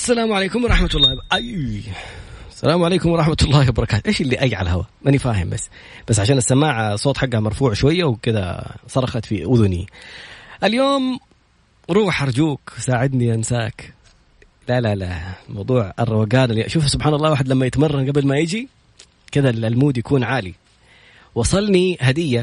السلام عليكم ورحمة الله. السلام عليكم ورحمة الله وبركاته. إيش اللي أي على الهواء ماني فاهم، بس عشان السماعة صوت حقها مرفوع شوية وكذا صرخت في أذني. اليوم روح أرجوك ساعدني أنساك. لا موضوع الروقان. شوف سبحان الله، واحد لما يتمرن قبل ما يجي كذا المود يكون عالي. وصلتني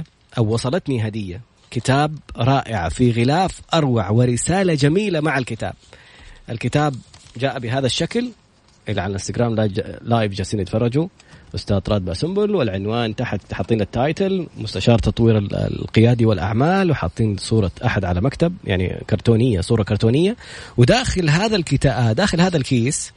هدية كتاب رائع في غلاف أروع ورسالة جميلة مع الكتاب جاء بهذا الشكل اللي على الانستغرام لايف جالسين يتفرجوا، أستاذ راد باسنبل، والعنوان تحت حاطين التايتل مستشار تطوير القيادي والأعمال، وحاطين صورة أحد على مكتب يعني كرتونية، صورة كرتونية. وداخل هذا الكتاب، داخل هذا الكيس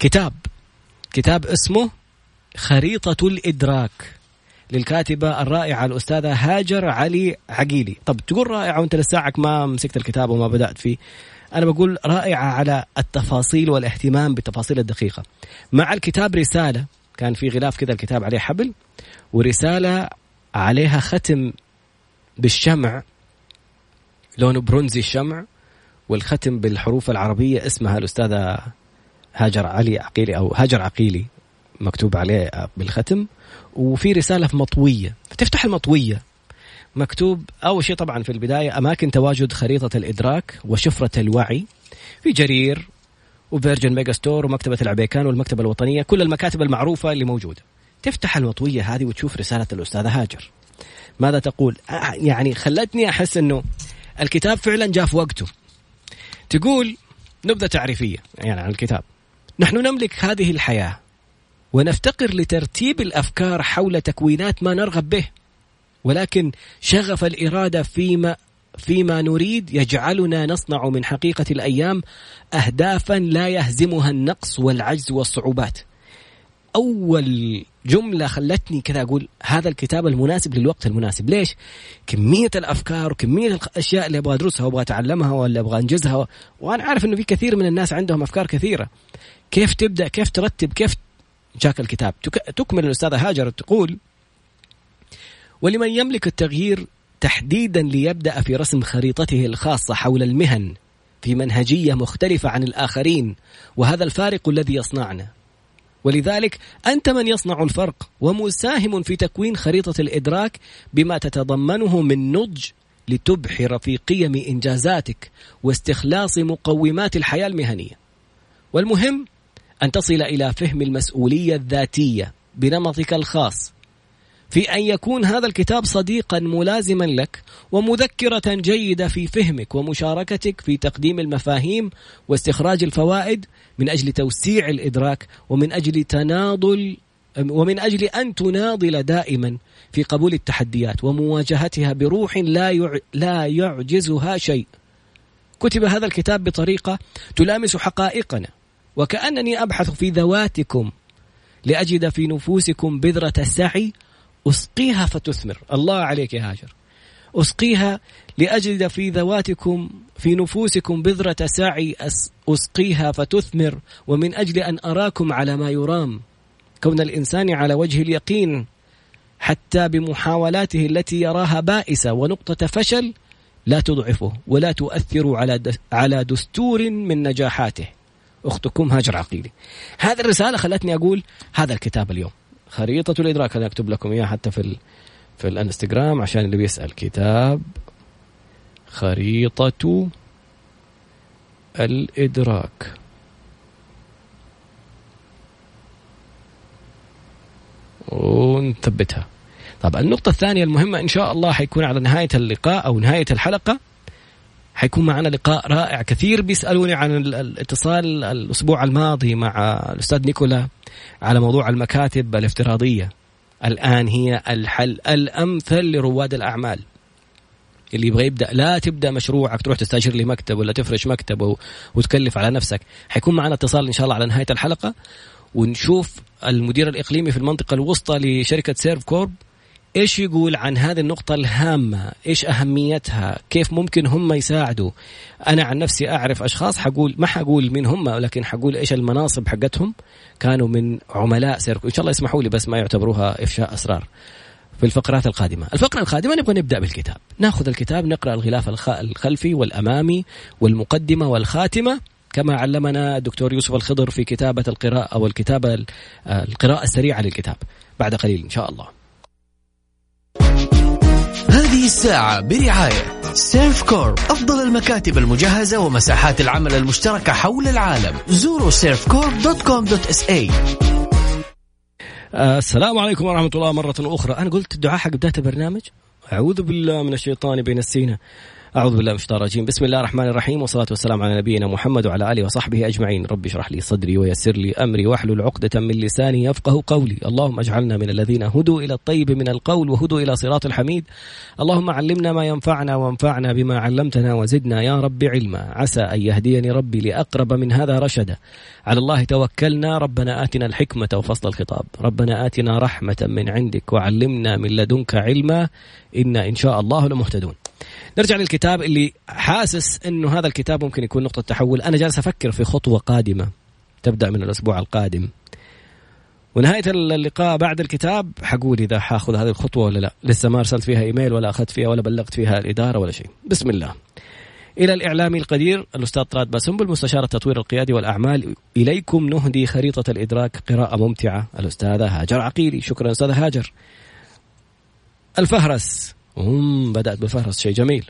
كتاب اسمه خريطة الإدراك للكاتبة الرائعة الأستاذة هاجر علي عقيلي. طب تقول رائعة وانت لساعك ما مسكت الكتاب وما بدأت فيه؟ أنا بقول رائعة على التفاصيل والاهتمام بالتفاصيل الدقيقة. مع الكتاب رسالة، كان في غلاف كذا الكتاب عليه حبل، ورسالة عليها ختم بالشمع لونه برونزي الشمع، والختم بالحروف العربية اسمها الأستاذة هاجر علي عقيلي أو هاجر عقيلي مكتوب عليه بالختم. وفي رسالة مطوية، فتفتح المطوية مكتوب أول شيء طبعا في البداية أماكن تواجد خريطة الإدراك وشفرة الوعي في جرير وفيرجن ميجا ستور ومكتبة العبيكان والمكتبة الوطنية، كل المكاتب المعروفة اللي موجودة. تفتح المطوية هذه وتشوف رسالة الأستاذة هاجر. ماذا تقول؟ يعني خلتني أحس أنه الكتاب فعلا جاء في وقته. تقول نبذة تعريفية يعني عن الكتاب: نحن نملك هذه الحياة ونفتقر لترتيب الأفكار حول تكوينات ما نرغب به، ولكن شغف الإرادة فيما نريد يجعلنا نصنع من حقيقة الأيام أهدافا لا يهزمها النقص والعجز والصعوبات. أول جملة خلتني كذا أقول هذا الكتاب المناسب للوقت المناسب. ليش؟ كمية الأفكار وكمية الأشياء اللي أبغى أدرسها وأبغى أتعلمها ولا أبغى أنجزها، وأنا عارف أنه في كثير من الناس عندهم أفكار كثيرة. كيف تبدأ؟ كيف ترتب؟ كيف جاك الكتاب؟ تكمل الأستاذة هاجر تقول: ولمن يملك التغيير تحديدا ليبدأ في رسم خريطته الخاصة حول المهن في منهجية مختلفة عن الآخرين، وهذا الفارق الذي يصنعنا. ولذلك أنت من يصنع الفرق ومساهم في تكوين خريطة الإدراك بما تتضمنه من نضج لتبحر في قيم إنجازاتك واستخلاص مقومات الحياة المهنية. والمهم أن تصل إلى فهم المسؤولية الذاتية بنمطك الخاص، في أن يكون هذا الكتاب صديقا ملازما لك ومذكرة جيدة في فهمك ومشاركتك في تقديم المفاهيم واستخراج الفوائد من أجل توسيع الإدراك ومن أجل أن تناضل دائما في قبول التحديات ومواجهتها بروح لا يعجزها شيء. كتب هذا الكتاب بطريقة تلامس حقائقنا، وكأنني أبحث في ذواتكم لأجد في نفوسكم بذرة السعي أسقيها فتثمر. الله عليك يا هاجر. أسقيها لأجد في ذواتكم في نفوسكم بذرة سعي أسقيها فتثمر، ومن أجل أن أراكم على ما يرام، كون الإنسان على وجه اليقين حتى بمحاولاته التي يراها بائسة ونقطة فشل لا تضعفه ولا تؤثر على دستور من نجاحاته. أختكم هاجر عقيلي. هذه الرسالة خلتني أقول هذا الكتاب اليوم خريطة الإدراك. أنا أكتب لكم إياه حتى في الانستغرام عشان اللي بيسأل. كتاب خريطة الإدراك. ونثبتها. طب النقطة الثانية المهمة إن شاء الله حيكون على نهاية اللقاء أو نهاية الحلقة، حيكون معنا لقاء رائع. كثير بيسألوني عن الاتصال الأسبوع الماضي مع الأستاذ نيكولا على موضوع المكاتب الافتراضية. الآن هي الحل الأمثل لرواد الأعمال اللي يبغى يبدأ. لا تبدأ مشروعك تروح تستأجر لي مكتب ولا تفرش مكتب وتكلف على نفسك. حيكون معنا اتصال إن شاء الله على نهاية الحلقة، ونشوف المدير الإقليمي في المنطقة الوسطى لشركة سيرف كورب إيش يقول عن هذه النقطة الهامة، إيش أهميتها، كيف ممكن هم يساعدوا. أنا عن نفسي أعرف أشخاص، ما حقول مين هم، لكن حقول إيش المناصب حقتهم، كانوا من عملاء سيركو. إن شاء الله يسمحوا لي بس ما يعتبروها إفشاء أسرار. في الفقرات القادمة، الفقرة القادمة نبغى نبدأ بالكتاب، ناخذ الكتاب نقرأ الغلاف الخلفي والأمامي والمقدمة والخاتمة، كما علمنا الدكتور يوسف الخضر في كتابة القراءة أو القراءة السريعة للكتاب بعد قليل إن شاء الله. هذه الساعة برعاية سيرف كورب، أفضل المكاتب المجهزة ومساحات العمل المشتركة حول العالم. زوروا surfcorp.com.sa. السلام عليكم ورحمة الله مرة أخرى. أنا قلت الدعاء حق بداية البرنامج، أعوذ بالله من الشيطان بين السينة، أعوذ بالله من الشيطان الرجيم، بسم الله الرحمن الرحيم، والصلاة والسلام على نبينا محمد وعلى آله وصحبه أجمعين. رب اشرح لي صدري ويسر لي أمري واحلل عقدة من لساني يفقه قولي. اللهم اجعلنا من الذين هدوا إلى الطيب من القول وهدوا إلى صراط الحميد. اللهم علمنا ما ينفعنا وانفعنا بما علمتنا وزدنا يا رب علما. عسى أن يهديني ربي لأقرب من هذا رشدا. على الله توكلنا. ربنا آتنا الحكمة وفصل الخطاب. ربنا آتنا رحمة من عندك وعلمنا من لدنك علما إنا إن شاء الله لمهتدون. نرجع للكتاب اللي حاسس إنه هذا الكتاب ممكن يكون نقطة تحول. أنا جالس أفكر في خطوة قادمة تبدأ من الأسبوع القادم، ونهاية اللقاء بعد الكتاب حقول إذا حاخذ هذه الخطوة ولا لا. لسه ما أرسلت فيها إيميل ولا أخذت فيها ولا بلغت فيها الإدارة ولا شيء. بسم الله. إلى الإعلامي القدير الأستاذ طراد باسنبل مستشار التطوير القيادي والأعمال، إليكم نهدي خريطة الإدراك، قراءة ممتعة. الأستاذة هاجر عقيلي. شكرا أستاذة هاجر. الفهرس بدأت بالفهرس، شيء جميل.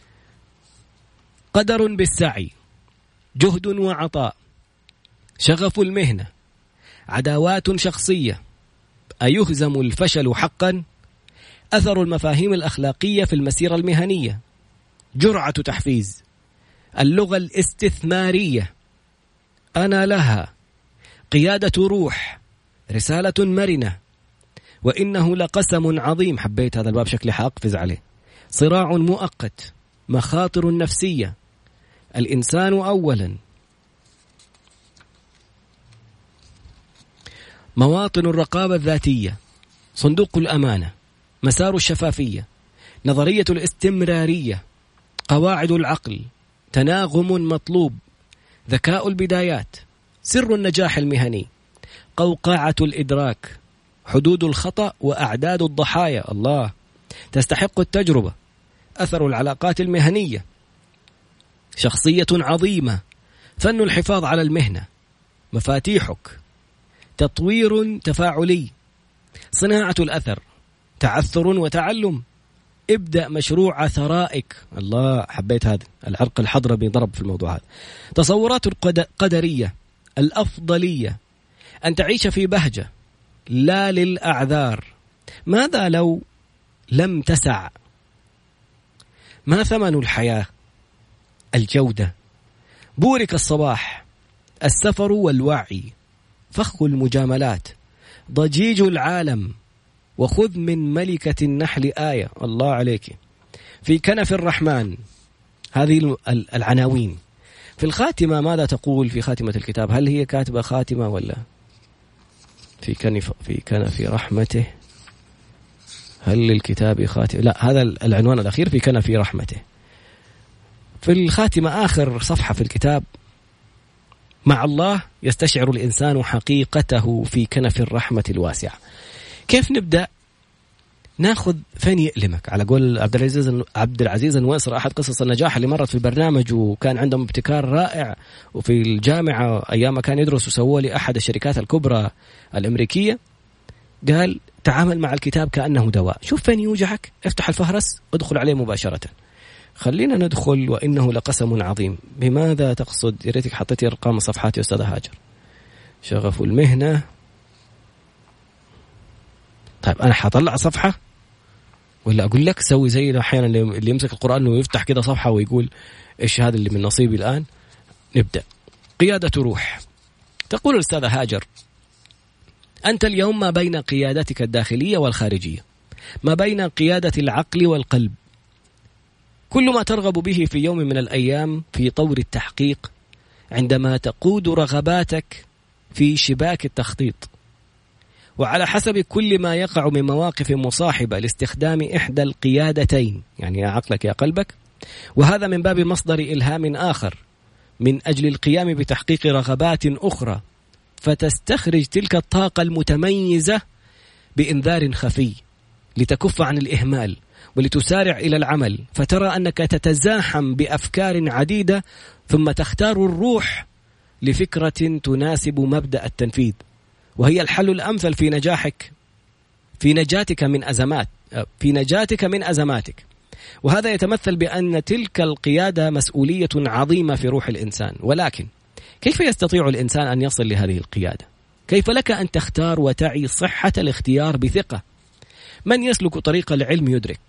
قدر بالسعي، جهد وعطاء، شغف المهنة، عداوات شخصية، أيهزم الفشل حقا، أثر المفاهيم الأخلاقية في المسيرة المهنية، جرعة تحفيز، اللغة الاستثمارية، أنا لها، قيادة روح، رسالة مرنة، وإنه لقسم عظيم. حبيت هذا الباب شكلي حأقفز عليه. صراع مؤقت، مخاطر نفسية، الإنسان أولا، مواطن الرقابة الذاتية، صندوق الأمانة، مسار الشفافية، نظرية الاستمرارية، قواعد العقل، تناغم مطلوب، ذكاء البدايات، سر النجاح المهني، قوقعة الإدراك، حدود الخطأ وأعداد الضحايا، الله، تستحق التجربة، أثر العلاقات المهنية، شخصية عظيمة، فن الحفاظ على المهنة، مفاتيحك، تطوير تفاعلي، صناعة الأثر، تعثر وتعلم، ابدأ مشروع ثرائك، الله، حبيت هذا العرق الحضرمي ضرب في الموضوع هذا، تصورات القدرية، الأفضلية، أن تعيش في بهجة لا للأعذار، ماذا لو لم تسع، ما ثمن الحياة، الجودة، بورك الصباح، السفر والوعي، فخ المجاملات، ضجيج العالم، وخذ من ملكة النحل آية، الله عليك، في كنف الرحمن. هذه العناوين. في الخاتمة ماذا تقول في خاتمة الكتاب؟ هل هي كاتبة خاتمة ولا في كنف رحمته؟ هل للكتاب خاتمة؟ لا، هذا العنوان الأخير، في كنف رحمته. في الخاتمة آخر صفحة في الكتاب: مع الله يستشعر الإنسان حقيقته في كنف الرحمة الواسعة. كيف نبدأ؟ ناخذ فين يألمك، على قول عبد العزيز النويصر، أحد قصص النجاح اللي مرت في البرنامج، وكان عندهم ابتكار رائع. وفي الجامعة أيام ما كان يدرس وسووا لي أحد الشركات الكبرى الأمريكية، قال تعامل مع الكتاب كأنه دواء. شوف فين يوجعك، افتح الفهرس، ادخل عليه مباشرة. خلينا ندخل. وإنه لقسم عظيم. بماذا تقصد؟ يا ريتك حطيتي أرقام الصفحات يا أستاذة هاجر. شغف المهنة. طيب أنا حطلع صفحة ولا أقول لك سوي زي أحيانا اللي يمسك القرآن ويفتح كده صفحة ويقول إيش هذا اللي من نصيبي الآن؟ نبدأ. قيادة روح. تقول الأستاذة هاجر: أنت اليوم ما بين قيادتك الداخلية والخارجية، ما بين قيادة العقل والقلب. كل ما ترغب به في يوم من الأيام في طور التحقيق، عندما تقود رغباتك في شباك التخطيط، وعلى حسب كل ما يقع من مواقف مصاحبة لاستخدام إحدى القيادتين، يعني يا عقلك يا قلبك، وهذا من باب مصدر إلهام آخر من أجل القيام بتحقيق رغبات أخرى، فتستخرج تلك الطاقة المتميزة بإنذار خفي لتكف عن الإهمال ولتسارع إلى العمل، فترى أنك تتزاحم بأفكار عديدة، ثم تختار الروح لفكرة تناسب مبدأ التنفيذ، وهي الحل الأمثل في نجاحك، في نجاتك من أزماتك. وهذا يتمثل بأن تلك القيادة مسؤولية عظيمة في روح الإنسان. ولكن كيف يستطيع الإنسان أن يصل لهذه القيادة؟ كيف لك أن تختار وتعي صحة الاختيار بثقة؟ من يسلك طريق العلم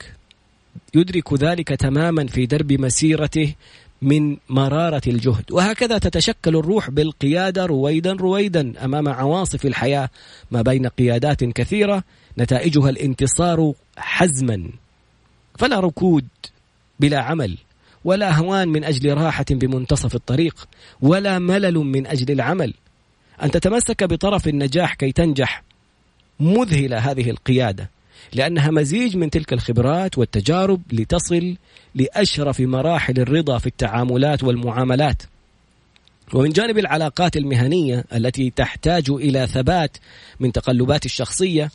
يدرك ذلك تماما في درب مسيرته من مرارة الجهد. وهكذا تتشكل الروح بالقيادة رويدا رويدا أمام عواصف الحياة، ما بين قيادات كثيرة نتائجها الانتصار حزما. فلا ركود بلا عمل، ولا هوان من أجل راحة بمنتصف الطريق، ولا ملل من أجل العمل. أن تتمسك بطرف النجاح كي تنجح مذهلة هذه القيادة، لأنها مزيج من تلك الخبرات والتجارب لتصل لأشرف مراحل الرضا في التعاملات والمعاملات. ومن جانب العلاقات المهنية التي تحتاج إلى ثبات من تقلبات الشخصية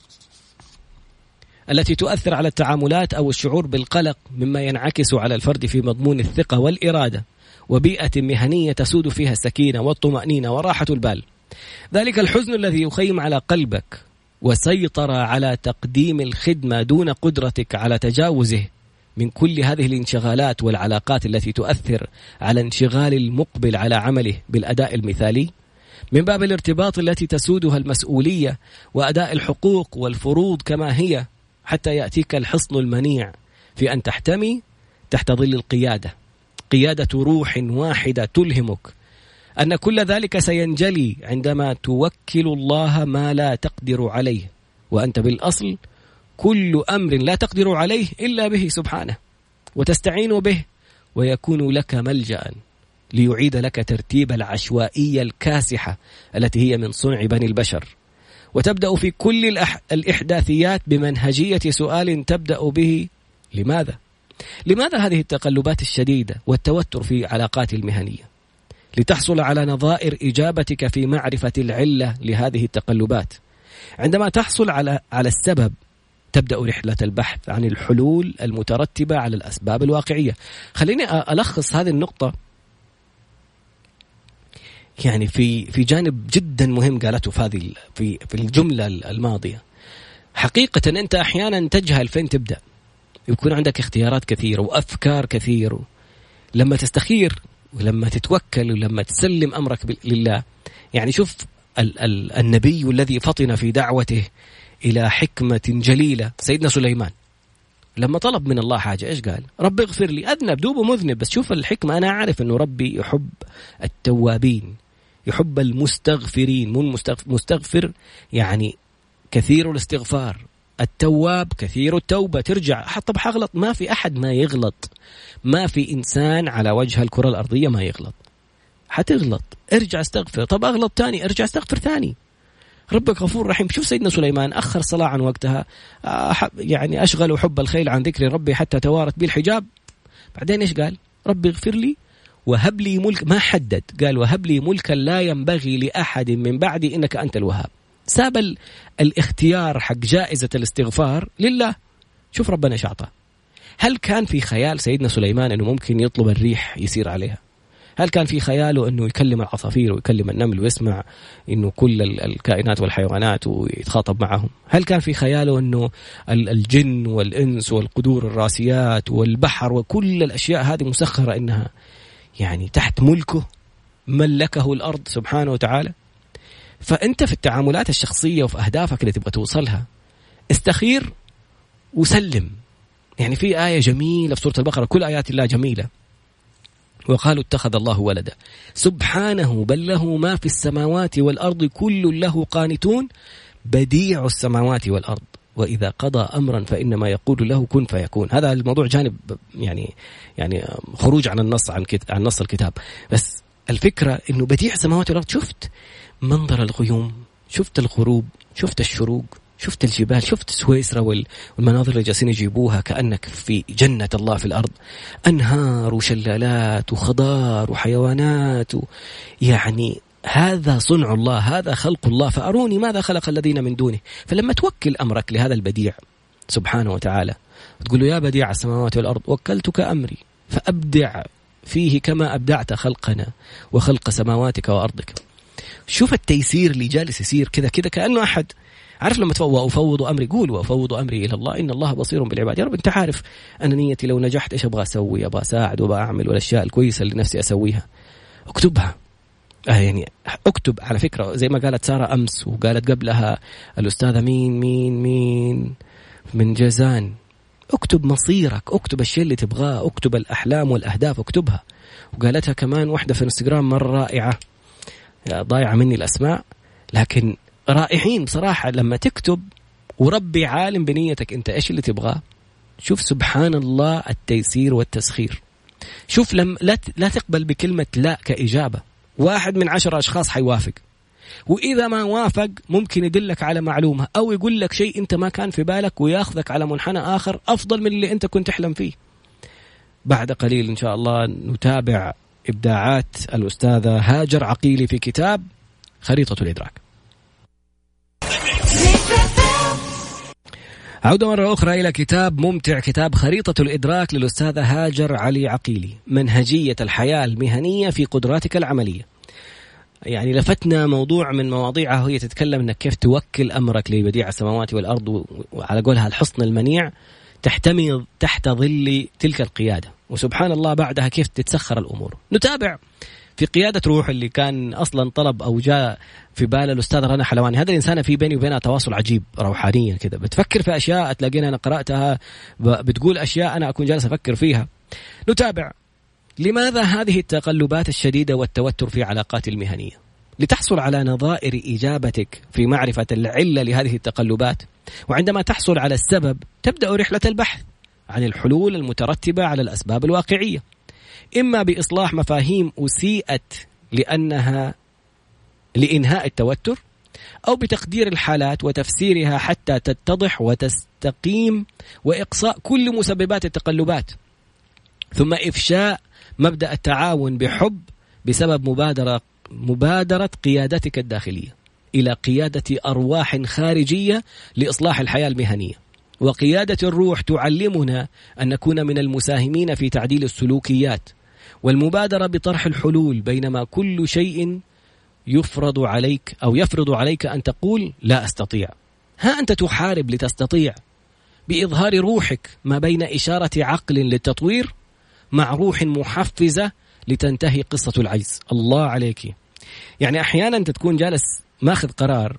التي تؤثر على التعاملات أو الشعور بالقلق، مما ينعكس على الفرد في مضمون الثقة والإرادة، وبيئة مهنية تسود فيها السكينة والطمأنينة وراحة البال. ذلك الحزن الذي يخيم على قلبك وسيطر على تقديم الخدمة دون قدرتك على تجاوزه من كل هذه الانشغالات والعلاقات التي تؤثر على انشغال المقبل على عمله بالأداء المثالي، من باب الارتباط التي تسودها المسؤولية وأداء الحقوق والفروض كما هي، حتى يأتيك الحصن المنيع في أن تحتمي تحت ظل القيادة، قيادة روح واحدة تلهمك أن كل ذلك سينجلي عندما توكل الله ما لا تقدر عليه، وأنت بالأصل كل أمر لا تقدر عليه إلا به سبحانه، وتستعين به ويكون لك ملجأ ليعيد لك ترتيب العشوائية الكاسحة التي هي من صنع بني البشر. وتبدأ في كل الإحداثيات بمنهجية سؤال تبدأ به: لماذا هذه التقلبات الشديدة والتوتر في علاقات المهنية؟ لتحصل على نظائر إجابتك في معرفة العلة لهذه التقلبات. عندما تحصل على السبب، تبدأ رحلة البحث عن الحلول المترتبة على الأسباب الواقعية. خليني ألخص هذه النقطة يعني في جانب جدا مهم قالته في الجملة الماضية. حقيقة أنت أحيانا تجهل فين تبدأ، يكون عندك اختيارات كثيرة وأفكار كثيرة. لما تستخير ولما تتوكل ولما تسلم أمرك لله، يعني شوف النبي الذي فطن في دعوته إلى حكمة جليلة، سيدنا سليمان، لما طلب من الله حاجة إيش قال؟ رب اغفر لي، أذنب دوبه مذنب، بس شوف الحكمة، أنا أعرف أنه ربي يحب التوابين، يحب المستغفرين. مو مستغفر يعني كثير الاستغفار، التواب كثير التوبة. ترجع حتى بحغلط، ما في أحد ما يغلط، ما في إنسان على وجه الكرة الأرضية ما يغلط. حتغلط ارجع استغفر، طب أغلط تاني ارجع استغفر تاني. ربك غفور رحيم. شوف سيدنا سليمان أخر صلاة عن وقتها، يعني أشغل حب الخيل عن ذكر ربي حتى توارت بي الحجاب. بعدين إيش قال؟ ربي اغفر لي وهب لي ملك، ما حدد، قال وهب لي ملكا لا ينبغي لأحد من بعدي إنك أنت الوهاب. ساب الاختيار حق جائزة الاستغفار لله. شوف ربنا ايش أعطاه. هل كان في خيال سيدنا سليمان أنه ممكن يطلب الريح يسير عليها؟ هل كان في خياله أنه يكلم العصافير ويكلم النمل ويسمع أنه كل الكائنات والحيوانات ويتخاطب معهم؟ هل كان في خياله أنه الجن والإنس والقدور الراسيات والبحر وكل الأشياء هذه مسخرة إنها يعني تحت ملكه، ملكه الأرض سبحانه وتعالى؟ فأنت في التعاملات الشخصية وفي أهدافك اللي تبغى توصلها استخير وسلم. يعني في آية جميلة في سورة البقرة، كل آيات الله جميلة، وقالوا اتخذ الله ولدا سبحانه بل له ما في السماوات والأرض كل له قانتون بديع السماوات والأرض وإذا قضى أمرا فإنما يقول له كن فيكون. هذا الموضوع جانب يعني خروج عن النص عن نص الكتاب، بس الفكرة إنه بديع السماوات والأرض. شفت منظر الغيوم، شفت الغروب، شفت الشروق، شفت الجبال، شفت سويسرا والمناظر اللي جالسين يجيبوها كأنك في جنة الله في الأرض، أنهار وشلالات وخضار وحيوانات يعني هذا صنع الله، هذا خلق الله، فأروني ماذا خلق الذين من دونه. فلما توكل أمرك لهذا البديع سبحانه وتعالى، تقول له يا بديع السماوات والأرض وكلتك أمري فأبدع فيه كما أبدعت خلقنا وخلق سماواتك وأرضك. شوف التيسير اللي جالس يصير كذا كذا، كأنه أحد عارف لما وأفوض أمري، قول وأفوض أمري إلى الله إن الله بصير بالعباد. يا رب أنت عارف أنا نيتي لو نجحت إيش أبغى أسوي، أبغى أساعد وأبغى أعمل والأشياء الكويسة اللي نفسي أسويها، اكتبها. يعني اكتب. على فكرة زي ما قالت سارة أمس وقالت قبلها الأستاذة مين من جازان، اكتب مصيرك، اكتب الشيء اللي تبغاه، اكتب الأحلام والأهداف اكتبها. وقالتها كمان واحدة في انستغرام مرة رائعة، ضايعة مني الأسماء لكن رائعين بصراحة، لما تكتب وربي عالم بنيتك أنت إيش اللي تبغاه. شوف سبحان الله التيسير والتسخير. شوف لا تقبل بكلمة لا كإجابة. 1 من 10 أشخاص حيوافق، وإذا ما وافق ممكن يدلك على معلومة أو يقول لك شيء أنت ما كان في بالك وياخذك على منحنى آخر أفضل من اللي أنت كنت تحلم فيه. بعد قليل إن شاء الله نتابع إبداعات الأستاذة هاجر عقيلي في كتاب خريطة الإدراك. عودة مرة أخرى إلى كتاب ممتع، كتاب خريطة الإدراك للأستاذة هاجر علي عقيلي، منهجية الحياة المهنية في قدراتك العملية. يعني لفتنا موضوع من مواضيعها وهي تتكلم أنك كيف توكل أمرك لبديع السماوات والأرض، وعلى قولها الحصن المنيع تحتمي تحت ظل تلك القيادة، وسبحان الله بعدها كيف تتسخر الأمور. نتابع في قيادة روح اللي كان أصلا طلب أو جاء في بال الأستاذ رنا حلواني. هذا الإنسان في بيني وبينها تواصل عجيب روحانيا كذا، بتفكر في أشياء تلاقينا أنا قرأتها بتقول أشياء أنا أكون جالس أفكر فيها. نتابع لماذا هذه التقلبات الشديدة والتوتر في علاقات المهنية. لتحصل على نظائر إجابتك في معرفة العلة لهذه التقلبات، وعندما تحصل على السبب تبدأ رحلة البحث عن الحلول المترتبة على الأسباب الواقعية، إما بإصلاح مفاهيم أسيئت لإنهاء التوتر، أو بتقدير الحالات وتفسيرها حتى تتضح وتستقيم، وإقصاء كل مسببات التقلبات، ثم إفشاء مبدأ التعاون بحب بسبب مبادرة قيادتك الداخلية إلى قيادة أرواح خارجية لإصلاح الحياة المهنية. وقيادة الروح تعلمنا أن نكون من المساهمين في تعديل السلوكيات والمبادرة بطرح الحلول، بينما كل شيء يفرض عليك أن تقول لا أستطيع. ها أنت تحارب لتستطيع بإظهار روحك ما بين إشارة عقل للتطوير مع روح محفزة لتنتهي قصة العجز. الله عليك. يعني أحيانا أنت تكون جالس ماخذ قرار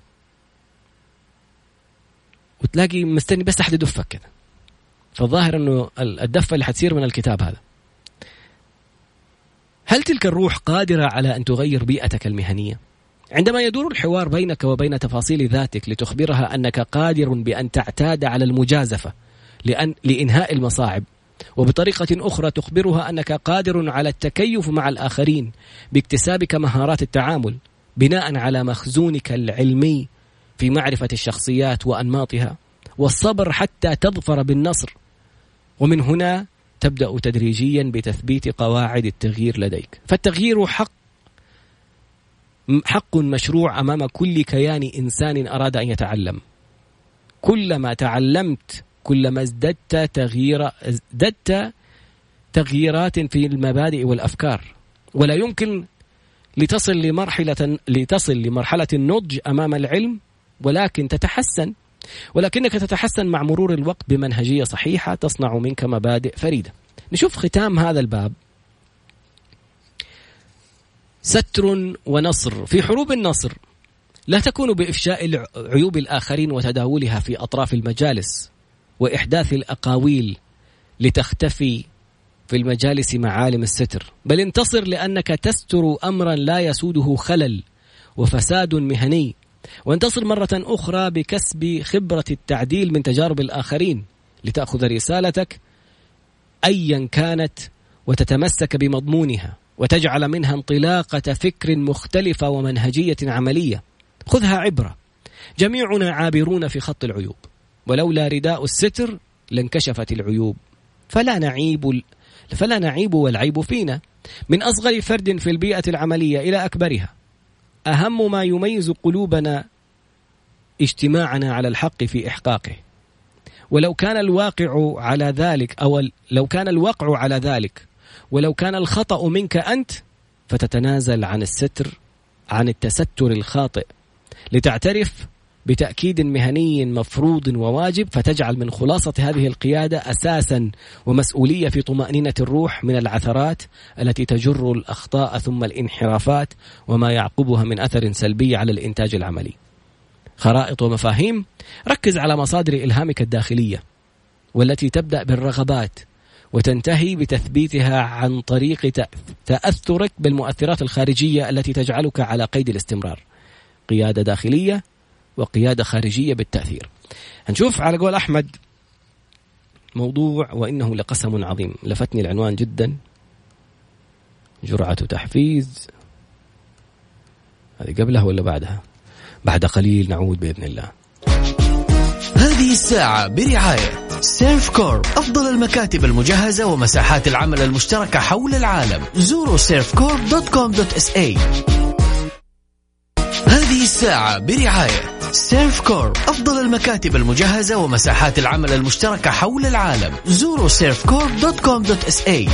وتلاقي مستني بس أحد يدفك كذا، فالظاهر أنه الدفة اللي حتصير من الكتاب هذا. هل تلك الروح قادرة على أن تغير بيئتك المهنية؟ عندما يدور الحوار بينك وبين تفاصيل ذاتك لتخبرها أنك قادر بأن تعتاد على المجازفة لإنهاء المصاعب، وبطريقة أخرى تخبرها أنك قادر على التكيف مع الآخرين باكتسابك مهارات التعامل بناء على مخزونك العلمي في معرفة الشخصيات وأنماطها، والصبر حتى تظفر بالنصر. ومن هنا تبدأ تدريجيا بتثبيت قواعد التغيير لديك. فالتغيير حق مشروع أمام كل كيان إنسان أراد أن يتعلم. كلما تعلمت كلما ازددت تغييرات في المبادئ والأفكار، ولا يمكن لتصل لمرحلة النضج أمام العلم، ولكنك تتحسن مع مرور الوقت بمنهجية صحيحة تصنع منك مبادئ فريدة. نشوف ختام هذا الباب. ستر ونصر. في حروب النصر لا تكون بإفشاء عيوب الآخرين وتداولها في أطراف المجالس وإحداث الأقاويل لتختفي في المجالس معالم الستر، بل انتصر لأنك تستر أمرا لا يسوده خلل وفساد مهني، وانتصر مرة أخرى بكسب خبرة التعديل من تجارب الآخرين لتأخذ رسالتك أيا كانت وتتمسك بمضمونها وتجعل منها انطلاقة فكر مختلفة ومنهجية عملية. خذها عبرة، جميعنا عابرون في خط العيوب، ولولا رداء الستر لانكشفت العيوب، فلا نعيب والعيب فينا، من أصغر فرد في البيئة العملية إلى أكبرها. أهم ما يميز قلوبنا اجتماعنا على الحق في إحقاقه، ولو كان الواقع على ذلك ولو كان الخطأ منك أنت فتتنازل عن التستر الخاطئ لتعترف بتأكيد مهني مفروض وواجب، فتجعل من خلاصة هذه القيادة أساسا ومسؤولية في طمأنينة الروح من العثرات التي تجر الأخطاء ثم الانحرافات وما يعقبها من أثر سلبي على الإنتاج العملي. خرائط ومفاهيم. ركز على مصادر إلهامك الداخلية والتي تبدأ بالرغبات وتنتهي بتثبيتها عن طريق تأثرك بالمؤثرات الخارجية التي تجعلك على قيد الاستمرار. قيادة داخلية وقيادة خارجية بالتأثير. هنشوف على قول أحمد موضوع وإنه لقسم عظيم. لفتني العنوان جدا، جرعة تحفيز. هذه قبلها ولا بعدها؟ بعد قليل نعود بإذن الله. هذه الساعة برعاية سيرف كورب، أفضل المكاتب المجهزة ومساحات العمل المشتركة حول العالم. زوروا surfcorp.com.sa. هذه الساعة برعاية سيرف كورب، أفضل المكاتب المجهزة ومساحات العمل المشتركة حول العالم. زوروا surfcorp.com.sa.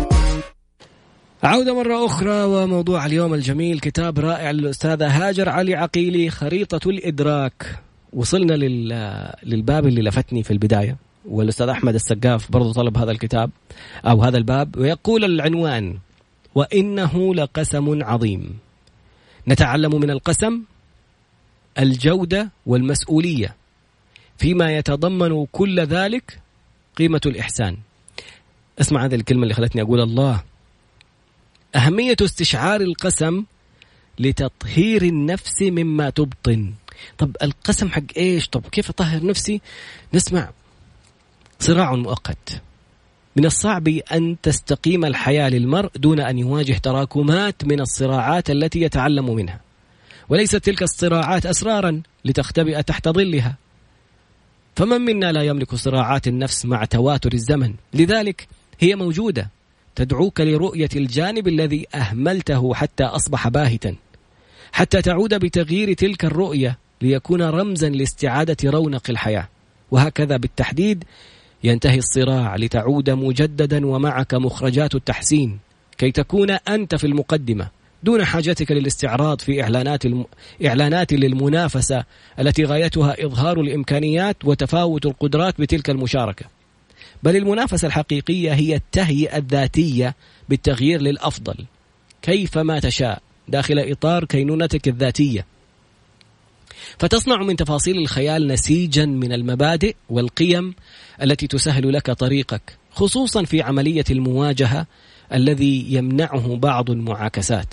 عودة مرة أخرى، وموضوع اليوم الجميل كتاب رائع للأستاذة هاجر علي عقيلي، خريطة الإدراك. وصلنا للباب اللي لفتني في البداية، والأستاذ أحمد السقاف برضو طلب هذا الكتاب أو هذا الباب، ويقول العنوان: وإنه لقسم عظيم. نتعلم من القسم الجودة والمسؤولية، فيما يتضمن كل ذلك قيمة الإحسان. اسمع هذه الكلمة اللي خلتني أقول الله. أهمية استشعار القسم لتطهير النفس مما تبطن. طب القسم حق إيش؟ طب كيف أطهر نفسي؟ نسمع: صراع مؤقت. من الصعب أن تستقيم الحياة للمرء دون أن يواجه تراكمات من الصراعات التي يتعلم منها، وليست تلك الصراعات أسرارا لتختبئ تحت ظلها. فمن منا لا يملك صراعات النفس مع تواتر الزمن؟ لذلك هي موجودة تدعوك لرؤية الجانب الذي أهملته حتى أصبح باهتا، حتى تعود بتغيير تلك الرؤية ليكون رمزا لاستعادة رونق الحياة. وهكذا بالتحديد ينتهي الصراع لتعود مجددا ومعك مخرجات التحسين، كي تكون أنت في المقدمة دون حاجتك للاستعراض في إعلانات للمنافسة التي غايتها إظهار الإمكانيات وتفاوت القدرات بتلك المشاركة. بل المنافسة الحقيقية هي التهيئة الذاتية بالتغيير للأفضل كيفما تشاء داخل إطار كينونتك الذاتية، فتصنع من تفاصيل الخيال نسيجا من المبادئ والقيم التي تسهل لك طريقك، خصوصا في عملية المواجهة الذي يمنعه بعض المعاكسات،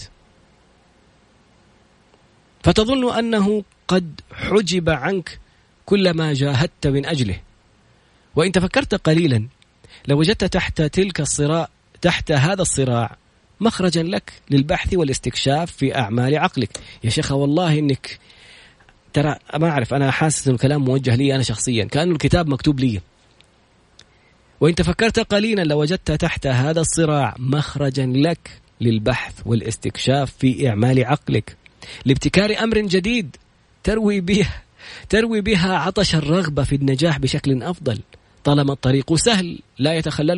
فتظن أنه قد حجب عنك كل ما جاهدت من أجله. وإن تفكرت قليلا لوجدت تحت هذا الصراع مخرجا لك للبحث والاستكشاف في أعمال عقلك. يا شيخ والله إنك ترى ما أعرف، أنا حاسس إن الكلام موجه لي أنا شخصيا، كأنه الكتاب مكتوب لي. وإن تفكرت قليلا لوجدت تحت هذا الصراع مخرجا لك للبحث والاستكشاف في أعمال عقلك لابتكار أمر جديد تروي بها عطش الرغبة في النجاح بشكل أفضل، طالما الطريق سهل لا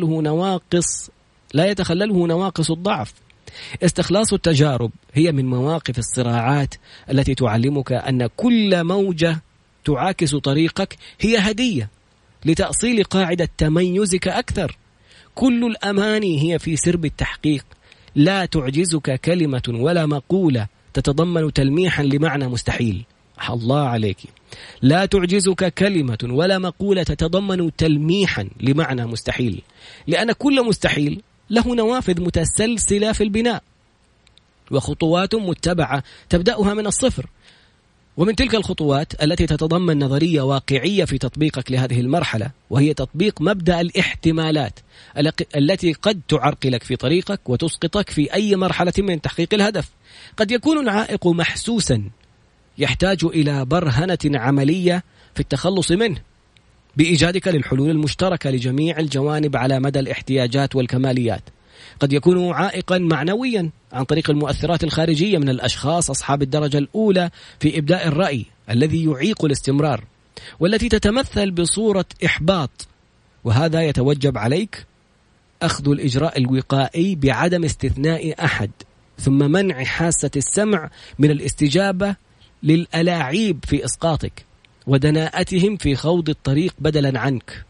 يتخلله نواقص الضعف. استخلاص التجارب هي من مواقف الصراعات التي تعلمك أن كل موجة تعاكس طريقك هي هدية لتأصيل قاعدة تميزك أكثر. كل الأماني هي في سرب التحقيق. لا تعجزك كلمة ولا مقولة تتضمن تلميحا لمعنى مستحيل. الله عليك، لا تعجزك كلمة ولا مقولة تتضمن تلميحا لمعنى مستحيل، لأن كل مستحيل له نوافذ متسلسلة في البناء وخطوات متبعة تبدأها من الصفر، ومن تلك الخطوات التي تتضمن نظرية واقعية في تطبيقك لهذه المرحلة، وهي تطبيق مبدأ الاحتمالات التي قد تعرقلك في طريقك وتسقطك في أي مرحلة من تحقيق الهدف. قد يكون العائق محسوسا يحتاج إلى برهنة عملية في التخلص منه بإيجادك للحلول المشتركة لجميع الجوانب على مدى الاحتياجات والكماليات. قد يكون عائقا معنويا عن طريق المؤثرات الخارجية من الأشخاص أصحاب الدرجة الأولى في إبداء الرأي الذي يعيق الاستمرار، والتي تتمثل بصورة إحباط. وهذا يتوجب عليك أخذ الإجراء الوقائي بعدم استثناء أحد، ثم منع حاسة السمع من الاستجابة للألاعيب في إسقاطك، ودناءتهم في خوض الطريق بدلا عنك.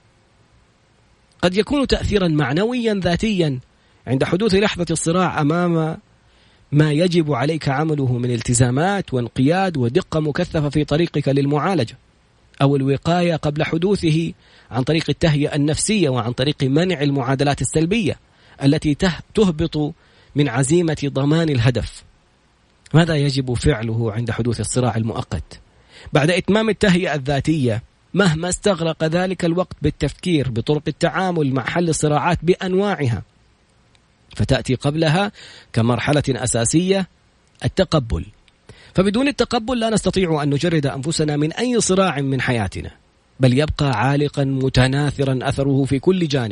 قد يكون تأثيرا معنويا ذاتيا عند حدوث لحظة الصراع أمام ما يجب عليك عمله من التزامات وانقياد ودقة مكثفة في طريقك للمعالجة، أو الوقاية قبل حدوثه عن طريق التهيئة النفسية وعن طريق منع المعادلات السلبية التي تهبط من عزيمة ضمان الهدف. ماذا يجب فعله عند حدوث الصراع المؤقت؟ بعد إتمام التهيئة الذاتية، مهما استغرق ذلك الوقت بالتفكير بطرق التعامل مع حل الصراعات بأنواعها، فتأتي قبلها كمرحلة أساسية التقبل. فبدون التقبل لا نستطيع أن نجرد أنفسنا من أي صراع من حياتنا، بل يبقى عالقا متناثرا أثره في كل جانب.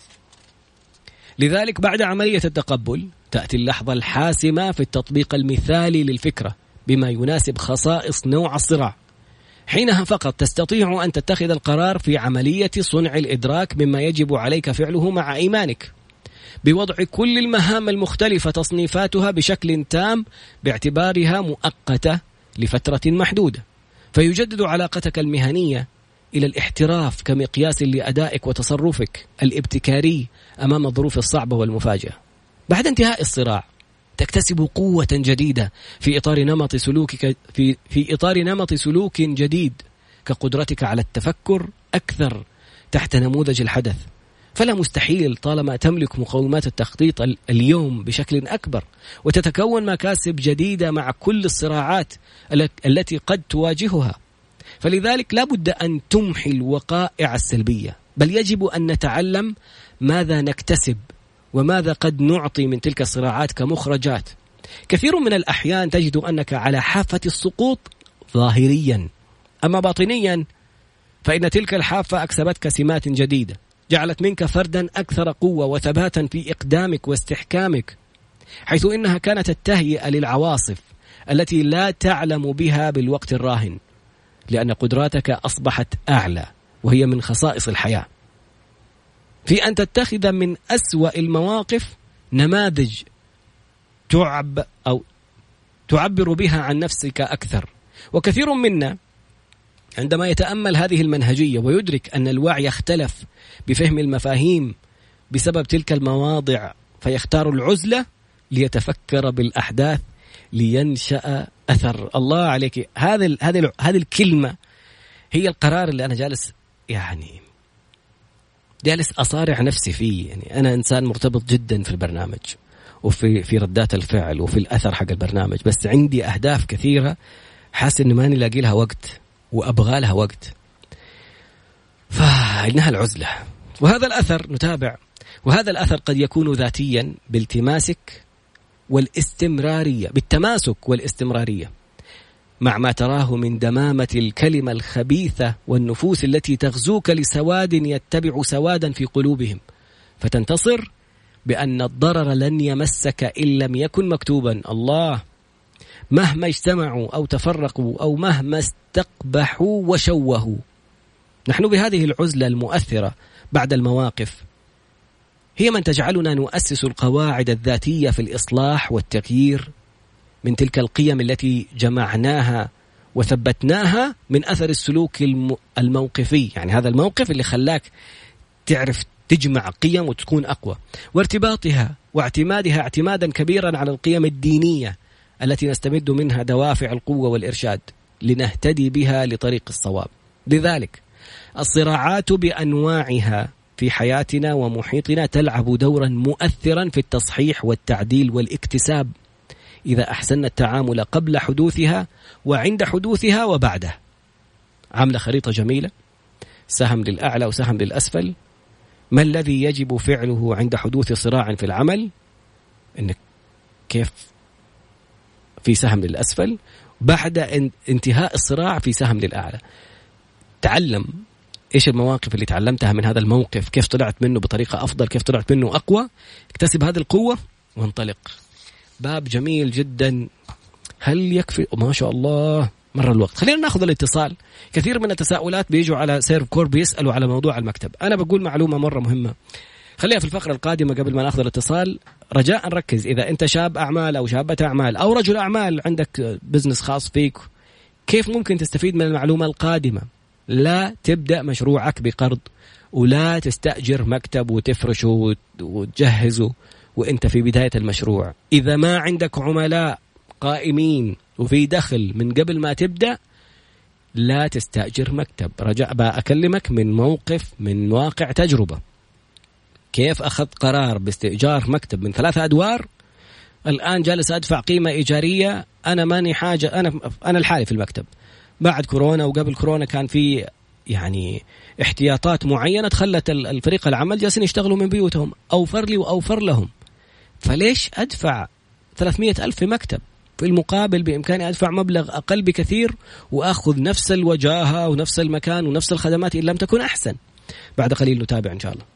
لذلك بعد عملية التقبل تأتي اللحظة الحاسمة في التطبيق المثالي للفكرة بما يناسب خصائص نوع الصراع. حينها فقط تستطيع أن تتخذ القرار في عملية صنع الإدراك مما يجب عليك فعله مع إيمانك، بوضع كل المهام المختلفة تصنيفاتها بشكل تام باعتبارها مؤقتة لفترة محدودة، فيجدد علاقتك المهنية إلى الاحتراف كمقياس لأدائك وتصرفك الابتكاري أمام الظروف الصعبة والمفاجئة. بعد انتهاء الصراع تكتسب قوة جديدة في إطار نمط سلوكك في إطار نمط سلوك جديد، كقدرتك على التفكر أكثر تحت نموذج الحدث. فلا مستحيل طالما تملك مقومات التخطيط اليوم بشكل أكبر وتتكون مكاسب جديدة مع كل الصراعات التي قد تواجهها. فلذلك لا بد أن تمحي الوقائع السلبية، بل يجب أن نتعلم ماذا نكتسب وماذا قد نعطي من تلك الصراعات كمخرجات. كثير من الأحيان تجد أنك على حافة السقوط ظاهريا، أما باطنيا فإن تلك الحافة أكسبتك سمات جديدة جعلت منك فردا أكثر قوة وثباتا في إقدامك واستحكامك، حيث إنها كانت التهيئة للعواصف التي لا تعلم بها بالوقت الراهن، لأن قدراتك أصبحت أعلى، وهي من خصائص الحياة في أن تتخذ من أسوأ المواقف نماذج تعبر بها عن نفسك أكثر. وكثير منا عندما يتأمل هذه المنهجية ويدرك أن الوعي اختلف بفهم المفاهيم بسبب تلك المواضع، فيختار العزلة ليتفكر بالأحداث لينشأ أثر. الله عليك، هذه الكلمة هي القرار اللي أنا جالس أصارع نفسي فيه. يعني أنا إنسان مرتبط جدا في البرنامج وفي ردات الفعل وفي الأثر حق البرنامج، بس عندي أهداف كثيرة حاسس إني ماني لاقي لها وقت وأبغى لها وقت، فإنها العزلة. وهذا الأثر نتابع، وهذا الأثر قد يكون ذاتيا بالتماسك والاستمرارية، بالتماسك والاستمرارية مع ما تراه من دمامة الكلمة الخبيثة والنفوس التي تغزوك لسواد يتبع سوادا في قلوبهم، فتنتصر بأن الضرر لن يمسك إن لم يكن مكتوبا. الله، مهما اجتمعوا أو تفرقوا أو مهما استقبحوا وشوهوا، نحن بهذه العزلة المؤثرة بعد المواقف هي من تجعلنا نؤسس القواعد الذاتية في الإصلاح والتغيير من تلك القيم التي جمعناها وثبتناها من أثر السلوك الموقفي. يعني هذا الموقف اللي خلاك تعرف تجمع قيم وتكون أقوى، وارتباطها واعتمادها اعتمادا كبيرا على القيم الدينية التي نستمد منها دوافع القوة والإرشاد لنهتدي بها لطريق الصواب. لذلك الصراعات بأنواعها في حياتنا ومحيطنا تلعب دورا مؤثرا في التصحيح والتعديل والاكتساب إذا أحسننا التعامل قبل حدوثها وعند حدوثها وبعده. عاملة خريطة جميلة، سهم للأعلى وسهم للأسفل. ما الذي يجب فعله عند حدوث صراع في العمل؟ إنك كيف في سهم للأسفل، بعد انتهاء الصراع في سهم للأعلى. تعلم إيش المواقف اللي تعلمتها من هذا الموقف، كيف طلعت منه بطريقة أفضل، كيف طلعت منه أقوى، اكتسب هذه القوة وانطلق. باب جميل جدا. هل يكفي؟ ما شاء الله مر الوقت. خلينا ناخذ الاتصال. كثير من التساؤلات بيجوا على سيرف كور بيسألوا على موضوع المكتب. أنا بقول معلومة مرة مهمة. خليها في الفقرة القادمة. قبل ما ناخذ الاتصال رجاء نركز، إذا أنت شاب أعمال أو شابة أعمال أو رجل أعمال عندك بزنس خاص فيك، كيف ممكن تستفيد من المعلومة القادمة؟ لا تبدأ مشروعك بقرض، ولا تستأجر مكتب وتفرشه وتجهزه وانت في بداية المشروع. إذا ما عندك عملاء قائمين وفي دخل من قبل ما تبدأ، لا تستأجر مكتب. رجاء بأكلمك من واقع تجربة، كيف أخذ قرار باستئجار مكتب من 3 أدوار. الآن جالس أدفع قيمة إيجارية، أنا ماني حاجة، أنا الحالي في المكتب. بعد كورونا وقبل كورونا كان في يعني احتياطات معينة خلت الفريق العمل جالسين يشتغلوا من بيوتهم، أوفر لي وأوفر لهم. فليش أدفع 300,000 في مكتب؟ في المقابل بإمكاني أدفع مبلغ أقل بكثير وأخذ نفس الوجاهة ونفس المكان ونفس الخدمات إن لم تكن أحسن. بعد قليل نتابع إن شاء الله.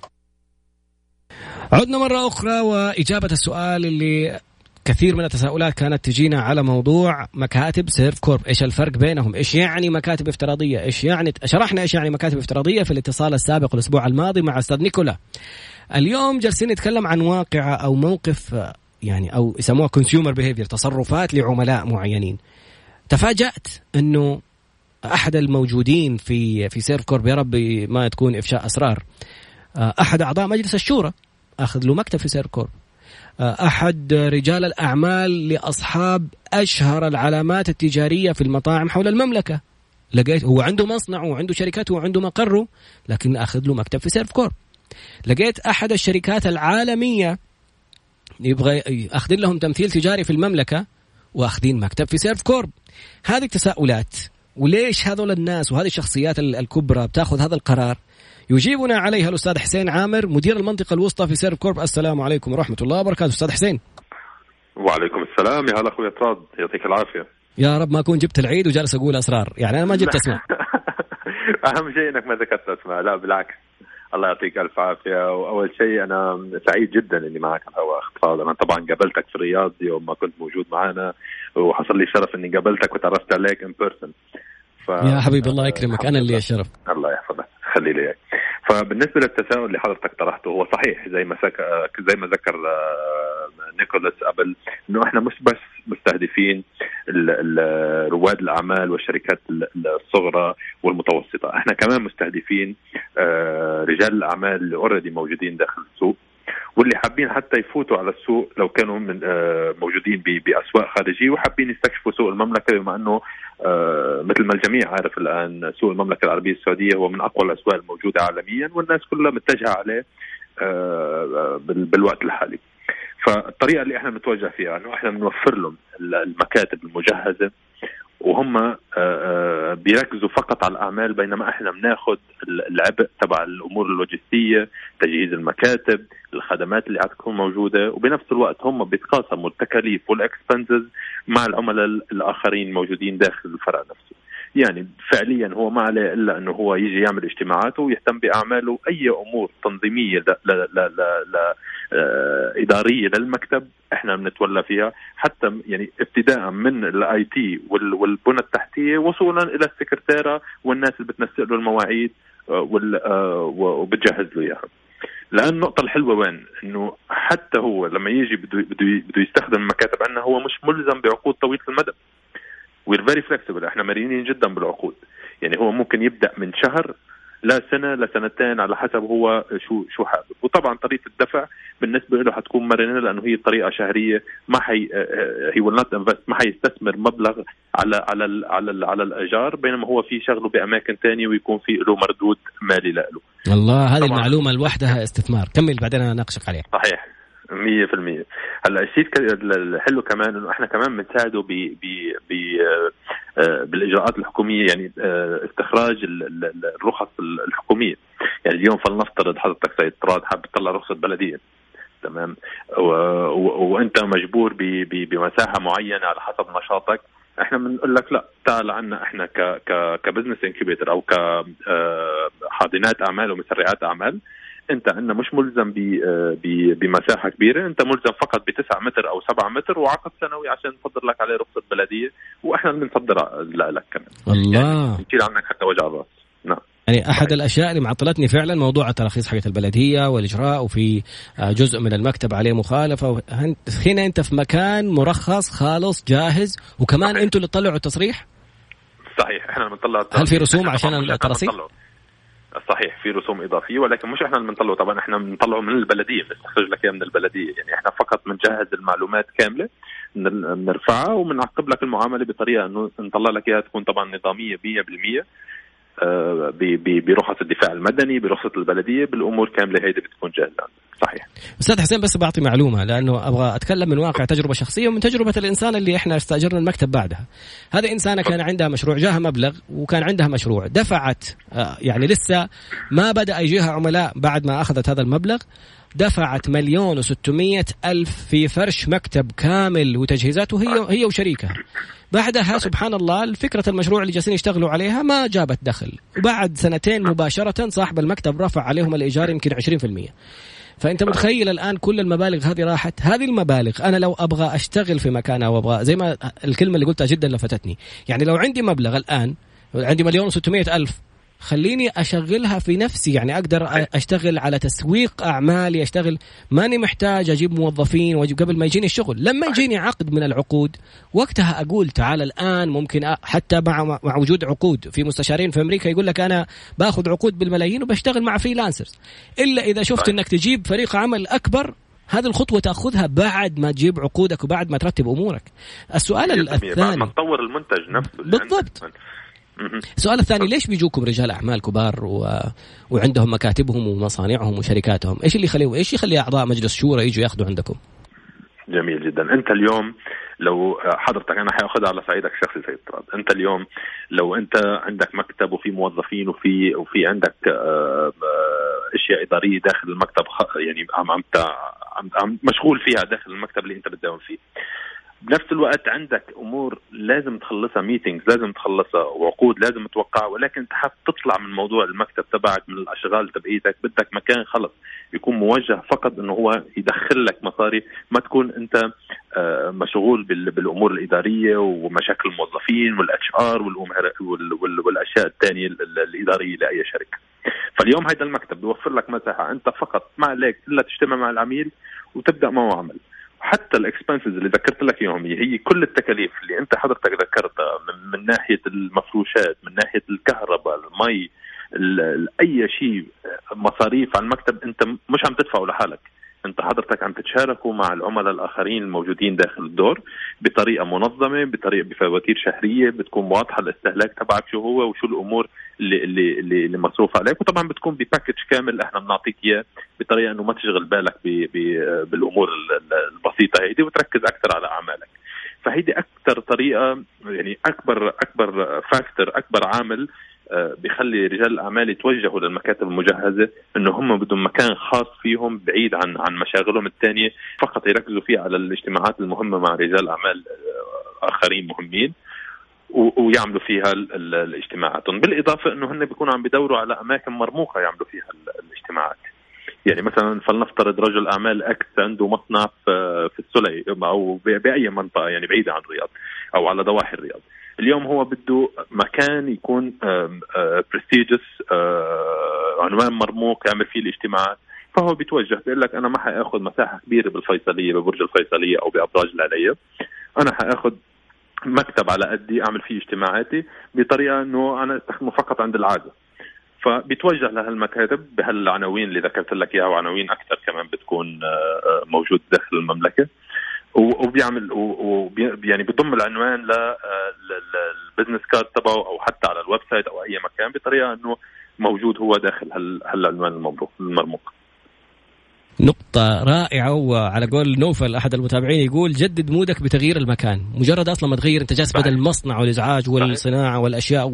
عدنا مرة أخرى وإجابة السؤال اللي كثير من التساؤلات كانت تجينا على موضوع مكاتب سيرف كورب. إيش الفرق بينهم؟ إيش يعني مكاتب افتراضية؟ إيش يعني؟ شرحنا إيش يعني مكاتب افتراضية في الاتصال السابق الأسبوع الماضي مع أستاذ نيكولا. اليوم جالسين نتكلم عن واقعة أو موقف يعني أو يسموها consumer behavior، تصرفات لعملاء معينين. تفاجأت أنه أحد الموجودين في سيرف كورب، يا رب ما تكون إفشاء أسرار، أحد أعضاء مجلس الشورى أخذ له مكتب في سيرف كورب. أحد رجال الأعمال لأصحاب أشهر العلامات التجارية في المطاعم حول المملكة، لقيت هو عنده مصنع وعنده شركته وعنده مقره، لكن أخذ له مكتب في سيرف كورب. لقيت أحد الشركات العالمية يبغى أخذين لهم تمثيل تجاري في المملكة وأخذين مكتب في سيرف كورب. هذه التساؤلات، وليش هذول الناس وهذه الشخصيات الكبرى بتاخذ هذا القرار؟ يجيبنا عليها الأستاذ حسين عامر، مدير المنطقة الوسطى في سيرف كورب. السلام عليكم ورحمة الله وبركاته أستاذ حسين. وعليكم السلام، يا هلا أخوي طراد، يعطيك العافية. يا رب ما أكون جبت العيد وجالس أقول أسرار، يعني أنا ما جبت أسماء. أهم شيء إنك ما ذكرت أسماء، لا بالعكس، الله يعطيك ألف عافية. وأول شيء أنا سعيد جدا إني معك على الهواء اختصار. أنا طبعا قابلتك في الرياض يوم ما كنت موجود معنا، وحصل لي شرف إني قابلتك وتعرفت عليك in person. يا حبيبي الله يكرمك، أنا اللي الشرف. الله يحفظك، خلي لي. فبالنسبة للتساؤل اللي حضرتك طرحته، هو صحيح زي ما ذكر نيكولاس قبل، إنه إحنا مش بس مستهدفين رواد الأعمال والشركات الصغرى والمتوسطة، إحنا كمان مستهدفين رجال الأعمال اللي أوريدي موجودين داخل السوق، واللي حابين حتى يفوتوا على السوق لو كانوا من موجودين بأسواق خارجية وحابين يستكشفوا سوق المملكة، بما أنه مثل ما الجميع عارف الآن سوق المملكة العربية السعودية هو من أقوى الأسواق الموجودة عالميا، والناس كلها متجهة عليه بالوقت الحالي. فالطريقة اللي احنا بنتوجه فيها انه احنا بنوفر لهم المكاتب المجهزة، وهم بيركزوا فقط على الأعمال، بينما احنا بناخد العبء تبع الأمور اللوجستية، تجهيز المكاتب، الخدمات اللي هتكون موجودة، وبنفس الوقت هم بيتقاسموا التكاليف والإكسبنسز مع العملاء الآخرين موجودين داخل الفرع نفسه. يعني فعليا هو ما عليه إلا أنه هو يجي يعمل اجتماعاته ويهتم بأعماله، أي أمور تنظيمية لا إدارية للمكتب إحنا بنتولى فيها، حتى يعني ابتداء من الاي تي والبنى التحتية وصولا إلى السكرتيرة والناس اللي بتنسق له المواعيد وبتجهز له إياها. لأن النقطة الحلوة وين إنه حتى هو لما يجي بده يستخدم المكاتب عندنا، هو مش ملزم بعقود طويلة المدى. we're very flexible، احنا مرنين جدا بالعقود. يعني هو ممكن يبدأ من شهر لا سنة لا سنتين على حسب هو شو حابب. وطبعا طريقة الدفع بالنسبة له حتكون مرنة، لأنه هي طريقة شهرية، ما he will not invest، ما حيستثمر مبلغ على الأجار، بينما هو في شغله بأماكن تانية ويكون في له مردود مالي له. الله، هذه المعلومة لوحدها استثمار. كمل بعدين أنا أناقشك عليها. صحيح 100%. هلا الشيء الحلو كمان انه احنا كمان بنساعده بالاجراءات الحكوميه، يعني استخراج الرخص الحكوميه. يعني اليوم فلنفترض حضرتك سيد طراد حاب تطلع رخصه بلديه، تمام، وانت مجبور بمساحه معينه على حسب نشاطك، احنا بنقول لك لا، تعال عنا احنا كبزنس انكيبيتر او كحاضنات اعمال ومسرعات اعمال، انت عندنا مش ملزم بمساحه كبيره، انت ملزم فقط ب9 متر او 7 متر وعقد سنوي عشان نصدر لك عليه رخصه بلديه، واحنا بنصدر لك كمان. الله، يعني يصير عندك حتى وجع الراس. نعم. يعني أحد الأشياء اللي معطلتني فعلا موضوع التراخيص حقت البلدية والإجراء، وفي جزء من المكتب عليه مخالفة. هنا أنت في مكان مرخص خالص جاهز، وكمان أنتوا اللي تطلعوا التصريح. صحيح، احنا بنطلع. هل في رسوم عشان الترصيد؟ صحيح في رسوم إضافية، ولكن مش احنا اللي بنطلعه. طبعا احنا بنطلعه من البلدية، بنستخرج لك من البلدية. يعني احنا فقط بنجهز المعلومات كاملة، بنرفعها وبنعقب لك المعاملة بطريقة انه نطلع لك اياها تكون طبعا نظامية 100%، برخص الدفاع المدني، برخصة البلدية، بالأمور كاملة هيدي بتكون جاهزة. صحيح أستاذ حسين، بس بعطي معلومة لأنه أبغى أتكلم من واقع تجربة شخصية ومن تجربة الإنسان اللي إحنا استأجرنا المكتب بعدها. هذا إنسانة كان عندها مشروع، جاها مبلغ وكان عندها مشروع، دفعت يعني لسه ما بدأ يجيها عملاء بعد ما أخذت هذا المبلغ، دفعت 1,600,000 في فرش مكتب كامل وتجهيزاته هي وشريكها. بعدها سبحان الله فكرة المشروع اللي جالسين يشتغلوا عليها ما جابت دخل، وبعد سنتين مباشرة صاحب المكتب رفع عليهم الإيجار يمكن 20%. فأنت متخيل الآن كل المبالغ هذه راحت. هذه المبالغ أنا لو أبغى أشتغل في مكانها وأبغى زي ما الكلمة اللي قلتها جدا لفتتني، يعني لو عندي مبلغ الآن عندي 1,600,000 خليني أشغلها في نفسي، يعني أقدر أشتغل على تسويق أعمالي، أشتغل ماني محتاج أجيب موظفين وأجيب قبل ما يجيني الشغل. لما يجيني عقد من العقود وقتها أقول تعال الآن ممكن حتى مع وجود عقود في مستشارين في أمريكا يقول لك أنا باخذ عقود بالملايين وبشتغل مع فريلانسرز. إلا إذا شفت أنك تجيب فريق عمل أكبر، هذه الخطوة تأخذها بعد ما تجيب عقودك وبعد ما ترتب أمورك. السؤال الثاني بعد ما تطور المنتج نفسه. بالضبط. السؤال الثاني، ليش بيجوكم رجال أعمال كبار وعندهم مكاتبهم ومصانعهم وشركاتهم؟ إيش يخلي أعضاء مجلس شورى يجوا يأخذوا عندكم؟ جميل جدا. أنت اليوم لو حضرتك، أنا حأخذها على صعيدك الشخصي سيد طراد، أنت اليوم لو أنت عندك مكتب وفي موظفين وفي عندك أشياء إدارية داخل المكتب، يعني عم مشغول فيها داخل المكتب اللي أنت بتداوم فيه، بنفس الوقت عندك أمور لازم تخلصها، ميتينجز لازم تخلصها، وعقود لازم توقعها، ولكن انت حاب تطلع من موضوع المكتب تبعك، من الأشغال تبعيتك، بدك مكان خلص يكون موجه فقط انه هو يدخل لك مصاري، ما تكون انت مشغول بالأمور الإدارية ومشاكل الموظفين والHR والأشياء الثانية الإدارية لأي شركة. فاليوم هذا المكتب بيوفر لك مساحة، انت فقط ما عليك إلا تجتمع مع العميل وتبدأ معه عمل. حتى الاكسبنسز اللي ذكرت لك اياهم هي كل التكاليف اللي انت حضرتك ذكرتها، من ناحيه المفروشات، من ناحيه الكهرباء، المي، اي شيء مصاريف على المكتب انت مش عم تدفعه لحالك، انت حضرتك عم تتشاركوا مع العملاء الاخرين الموجودين داخل الدور بطريقه منظمه، بفواتير شهريه بتكون واضحه الاستهلاك تبعك شو هو وشو الامور اللي مصروف عليك، وطبعا بتكون بباكج كامل احنا بنعطيك اياه بطريقه انه ما تشغل بالك بالامور البسيطه هيدي وتركز اكثر على اعمالك. فهيدي اكثر طريقه، يعني اكبر فاكتور، اكبر عامل بيخلي رجال الأعمال يتوجهوا للمكاتب المجهزة، إنه هم بدهم مكان خاص فيهم بعيد عن مشاغلهم الثانية، فقط يركزوا فيه على الاجتماعات المهمة مع رجال أعمال آخرين مهمين ويعملوا فيها الاجتماعات. بالإضافة إنه هن بيكونوا عم بدوروا على أماكن مرموقة يعملوا فيها الاجتماعات. يعني مثلا فلنفترض رجل أعمال أكس عنده مصنع في السلي أو بأي منطقة يعني بعيدة عن الرياض أو على ضواحي الرياض، اليوم هو بده مكان يكون برستيجس، عنوان مرموق يعمل فيه الاجتماعات، فهو بيتوجه بيقول لك أنا ما حأخذ مساحة كبيرة بالفيصلية، ببرج الفيصلية أو بأبراج العليا، أنا حأخذ مكتب على قدي أعمل فيه اجتماعاتي بطريقة أنه أنا استخدمه فقط عند العادة. فبيتوجه لهالمكاتب بهالعناوين اللي ذكرت لك إياها، وعناوين أكثر كمان بتكون موجود داخل المملكة، وبيعمل يعني بيضم العنوان للبزنس كارد تبعه او حتى على الويب سايت او اي مكان بطريقه انه موجود هو داخل هالعنوان المرموق. نقطة رائعة. وعلى قول نوفل أحد المتابعين يقول جدد مودك بتغيير المكان، مجرد أصلا ما تغير أنت جالس بدل المصنع والإزعاج والصناعة والأشياء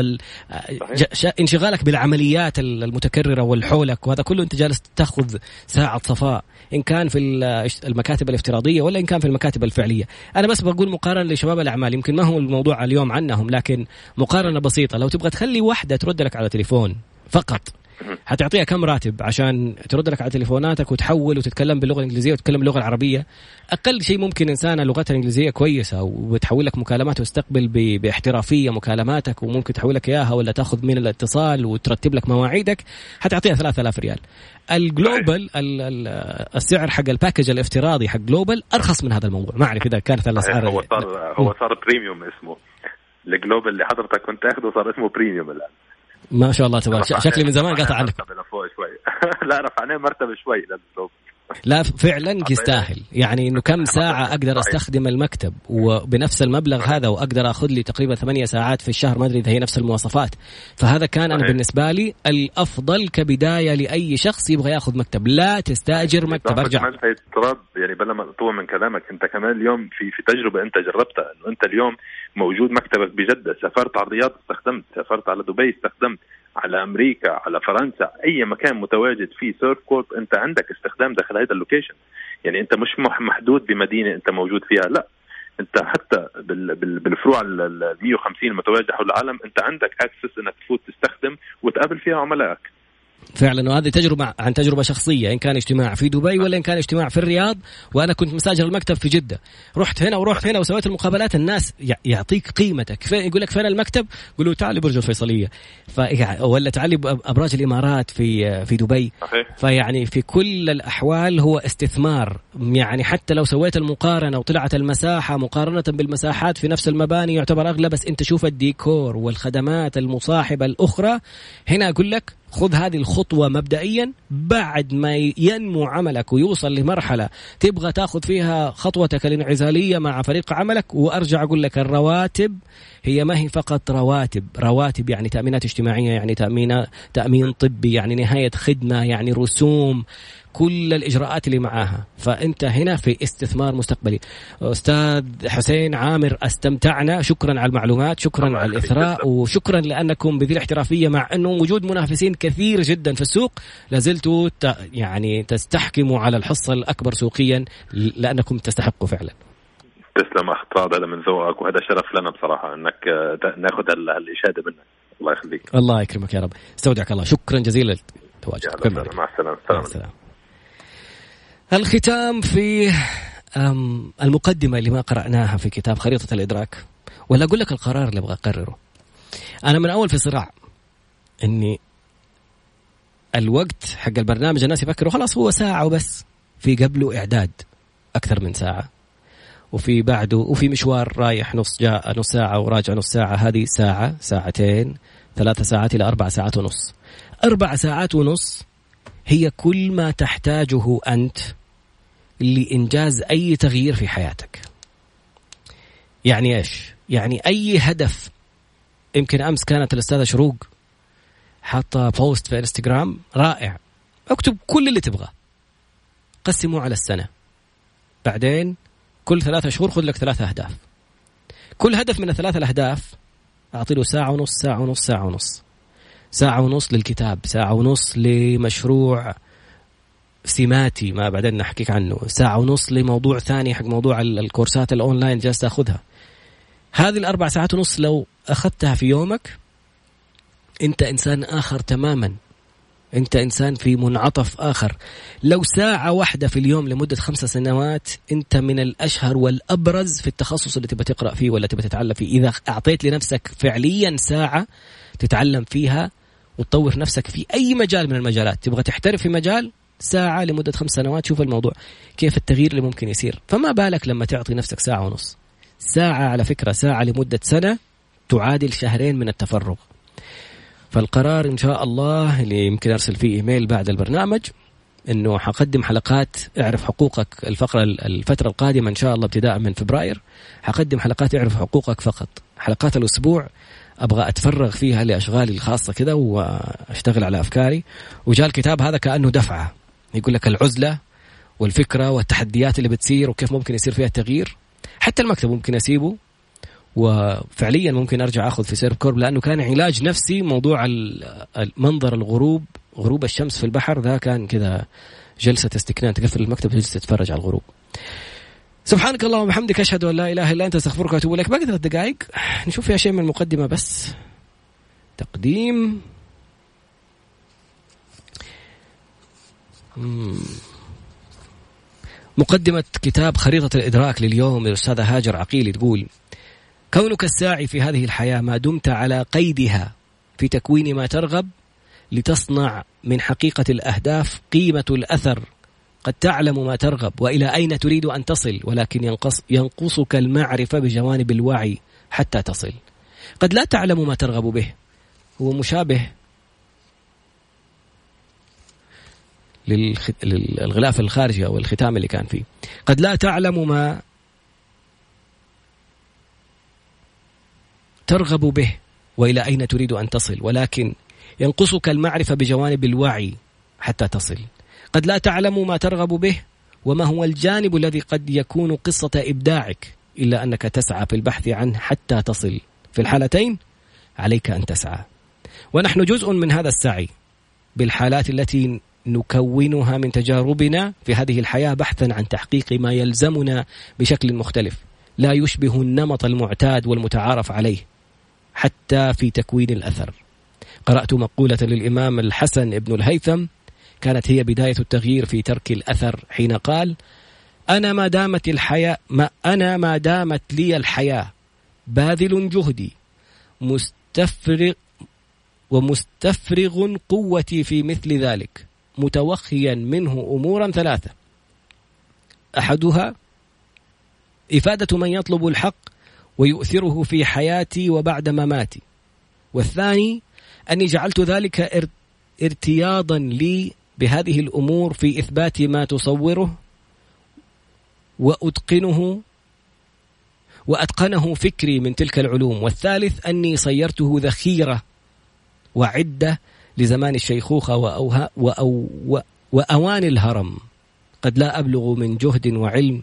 انشغالك بالعمليات المتكررة والحولك، وهذا كله أنت جالس تأخذ ساعة صفاء، إن كان في المكاتب الافتراضية ولا إن كان في المكاتب الفعلية. أنا بس بقول مقارنة لشباب الأعمال، يمكن ما هو الموضوع اليوم عنهم، لكن مقارنة بسيطة. لو تبغى تخلي واحدة ترد لك على تليفون فقط حتعطيها كم راتب عشان ترد لك على تليفوناتك وتحول وتتكلم باللغة الإنجليزية وتتكلم باللغة العربية؟ أقل شيء ممكن إنسانة لغتها الإنجليزية كويسة وتحول لك مكالمات وتستقبل باحترافية مكالماتك وممكن تحول لك إياها ولا تأخذ من الاتصال وترتب لك مواعيدك، حتعطيها 3000 ريال. الجلوبال السعر حق الباكج الافتراضي حق جلوبال أرخص من هذا الموضوع. ما أعرف إذا كانت الأسعار. هو صار بريميوم اسمه الجلوبال اللي حضرتك كنت أخده، صار اسمه بريميوم الآن. ما شاء الله تبارك. شكلي من زمان قاطع عنك. لا رفعناه مرتبة شوي للجلوبال. لا فعلا يستاهل، يعني انه كم ساعة اقدر استخدم المكتب وبنفس المبلغ هذا واقدر اخذ لي تقريبا 8 ساعات في الشهر، ما ادري اذا هي نفس المواصفات. فهذا كان انا بالنسبة لي الافضل كبداية لاي شخص يبغى ياخذ مكتب. لا تستاجر مكتب. ارجع يعني بلا ما اطول من كلامك، انت كمان اليوم في تجربة انت جربتها، انه انت اليوم موجود مكتبك بجدة، سافرت على الرياض استخدمت، سافرت على دبي استخدمت، على أمريكا، على فرنسا، أي مكان متواجد فيه سيرف كورب أنت عندك استخدام داخل هذا اللوكيشن. يعني أنت مش محدود بمدينة أنت موجود فيها، لا، أنت حتى بالفروع 150 المتواجدة حول العالم أنت عندك أكسس أنك تفوت تستخدم وتقابل فيها عملائك. فعلا، وهذه تجربة عن تجربة شخصية، إن كان اجتماع في دبي ولا إن كان اجتماع في الرياض، وأنا كنت مساجر المكتب في جدة، رحت هنا ورحت هنا وسويت المقابلات. الناس يعطيك قيمتك، يقول لك فين المكتب؟ قولوا تعالي برج الفيصلية، ولا تعالي أبراج الإمارات في دبي. فيعني في كل الأحوال هو استثمار. يعني حتى لو سويت المقارنة وطلعت المساحة مقارنة بالمساحات في نفس المباني يعتبر أغلى، بس أنت شوف الديكور والخدمات المصاحبة الأخرى. هنا أقول لك خذ هذه الخطوة مبدئيا، بعد ما ينمو عملك ويوصل لمرحلة تبغى تاخذ فيها خطوتك الانعزالية مع فريق عملك. وأرجع أقول لك الرواتب هي ما هي فقط رواتب يعني تأمينات اجتماعية، يعني تأمين طبي، يعني نهاية خدمة، يعني رسوم، كل الإجراءات اللي معاها. فأنت هنا في استثمار مستقبلي. أستاذ حسين عامر، استمتعنا، شكرا على المعلومات، شكرا على الإثراء، وشكرا لأنكم بذي الاحترافية مع أنه وجود منافسين كثير جدا في السوق لازلتوا يعني تستحكموا على الحصة الأكبر سوقيا لأنكم تستحقوا فعلا. تسلم أخ طراد، هذا من ذوقك وهذا شرف لنا بصراحة أنك ناخذ الإشادة منك. الله يخليك. الله يكرمك يا رب، استودعك الله، شكرا جزيلا لتواجدك. مع السلامة. الختام في المقدمة اللي ما قرأناها في كتاب خريطة الإدراك، ولا أقول لك القرار اللي أبغى أقرره. أنا من أول في صراع إني الوقت حق البرنامج الناس يفكروا خلاص هو ساعة وبس، في قبله إعداد أكثر من ساعة، وفي بعده، وفي مشوار رايح جاء نص ساعة وراجع نص ساعة، هذه ساعة، ساعتين، 3 ساعات إلى 4 ساعات ونص. 4 ساعات ونص هي كل ما تحتاجه أنت لإنجاز أي تغيير في حياتك. يعني إيش؟ يعني أي هدف. يمكن أمس كانت الأستاذة شروق حاطة بوست في إنستغرام رائع، اكتب كل اللي تبغى، قسمه على السنة، بعدين كل 3 شهور خذ لك 3 أهداف، كل هدف من ال3 الأهداف أعطي له ساعة ونص، ساعة ونص، ساعة ونص، ساعة ونص للكتاب، ساعة ونص لمشروع سماتي ما بعدين نحكيك عنه، ساعة ونص لموضوع ثاني حق موضوع الكورسات الأونلاين جالس أخذها. هذه 4 ساعات ونص لو أخذتها في يومك أنت إنسان آخر تماما، أنت إنسان في منعطف آخر. لو ساعة واحدة في اليوم لمدة 5 سنوات أنت من الأشهر والأبرز في التخصص اللي تبى تقرأ فيه ولا تبى تتعلم فيه. إذا أعطيت لنفسك فعليا ساعة تتعلم فيها وتطور نفسك في أي مجال من المجالات، تبغى تحترف في مجال، ساعة لمدة 5 سنوات، شوف الموضوع كيف التغيير اللي ممكن يصير. فما بالك لما تعطي نفسك ساعة ونص. ساعة على فكرة، ساعة لمدة سنة تعادل 2 شهر من التفرغ. فالقرار إن شاء الله اللي يمكن أرسل فيه إيميل بعد البرنامج إنه حقدم حلقات اعرف حقوقك الفترة القادمة إن شاء الله ابتداء من فبراير. حقدم حلقات اعرف حقوقك فقط، حلقات الأسبوع أبغى أتفرغ فيها لأشغالي الخاصة كذا وأشتغل على أفكاري. وجاء الكتاب هذا كأنه دفعة، يقول لك العزلة والفكرة والتحديات اللي بتصير وكيف ممكن يصير فيها التغيير. حتى المكتب ممكن أسيبه وفعليا ممكن أرجع أخذ في سيرف كورب، لأنه كان علاج نفسي. موضوع المنظر غروب الشمس في البحر ذا كان كذا جلسة استكنان، تقفل المكتب وجلسة تتفرج على الغروب. سبحانك اللهم وبحمدك، أشهد أن لا إله إلا أنت، أستغفرك وأتوب إليك. باقي 3 دقائق نشوف فيها شيء من المقدمة بس. تقديم مقدمة كتاب خريطة الإدراك لليوم الأستاذة هاجر عقيل تقول: كونك الساعي في هذه الحياة ما دمت على قيدها في تكوين ما ترغب لتصنع من حقيقة الأهداف قيمة الأثر. قد تعلم ما ترغب وإلى أين تريد أن تصل، ولكن ينقصك المعرفة بجوانب الوعي حتى تصل. قد لا تعلم ما ترغب به، هو مشابه للغلاف الخارجي أو الختام اللي كان فيه. قد لا تعلم ما ترغب به وإلى أين تريد أن تصل، ولكن ينقصك المعرفة بجوانب الوعي حتى تصل. قد لا تعلم ما ترغب به وما هو الجانب الذي قد يكون قصة إبداعك، إلا أنك تسعى في البحث عنه حتى تصل. في الحالتين عليك أن تسعى، ونحن جزء من هذا السعي بالحالات التي نكونها من تجاربنا في هذه الحياة بحثا عن تحقيق ما يلزمنا بشكل مختلف لا يشبه النمط المعتاد والمتعارف عليه حتى في تكوين الأثر. قرأت مقولة للإمام الحسن ابن الهيثم كانت هي بداية التغيير في ترك الأثر، حين قال: أنا ما دامت لي الحياة باذل جهدي ومستفرغ قوتي في مثل ذلك، متوخيا منه أمورا ثلاثة: أحدها إفادة من يطلب الحق ويؤثره في حياتي وبعد مماتي، والثاني أني جعلت ذلك ارتياضا لي بهذه الأمور في إثبات ما تصوره وأتقنه فكري من تلك العلوم، والثالث أني صيرته ذخيرة وعدة لزمان الشيخوخة وأوان الهرم. قد لا أبلغ من جهد وعلم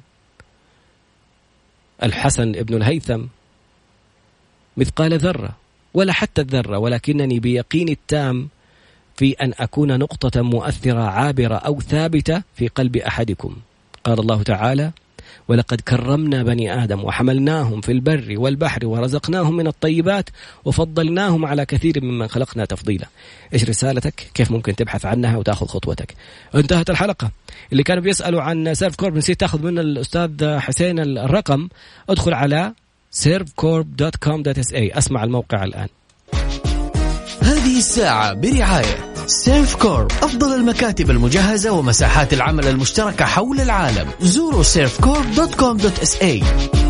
الحسن ابن الهيثم مثقال ذرة ولا حتى الذرة، ولكنني بيقين التام في أن أكون نقطة مؤثرة عابرة أو ثابتة في قلب أحدكم. قال الله تعالى: ولقد كرمنا بني آدم وحملناهم في البر والبحر ورزقناهم من الطيبات وفضلناهم على كثير ممن خلقنا تفضيلا. إيش رسالتك؟ كيف ممكن تبحث عنها وتأخذ خطوتك؟ انتهت الحلقة. اللي كانوا بيسألوا عن سيرف كورب نسيت تأخذ من الأستاذ حسين الرقم، ادخل على servecorp.com.sa. أسمع الموقع الآن. هذه الساعة برعاية سيرف كورب، أفضل المكاتب المجهزة ومساحات العمل المشتركة حول العالم. زوروا servecorp.com.sa.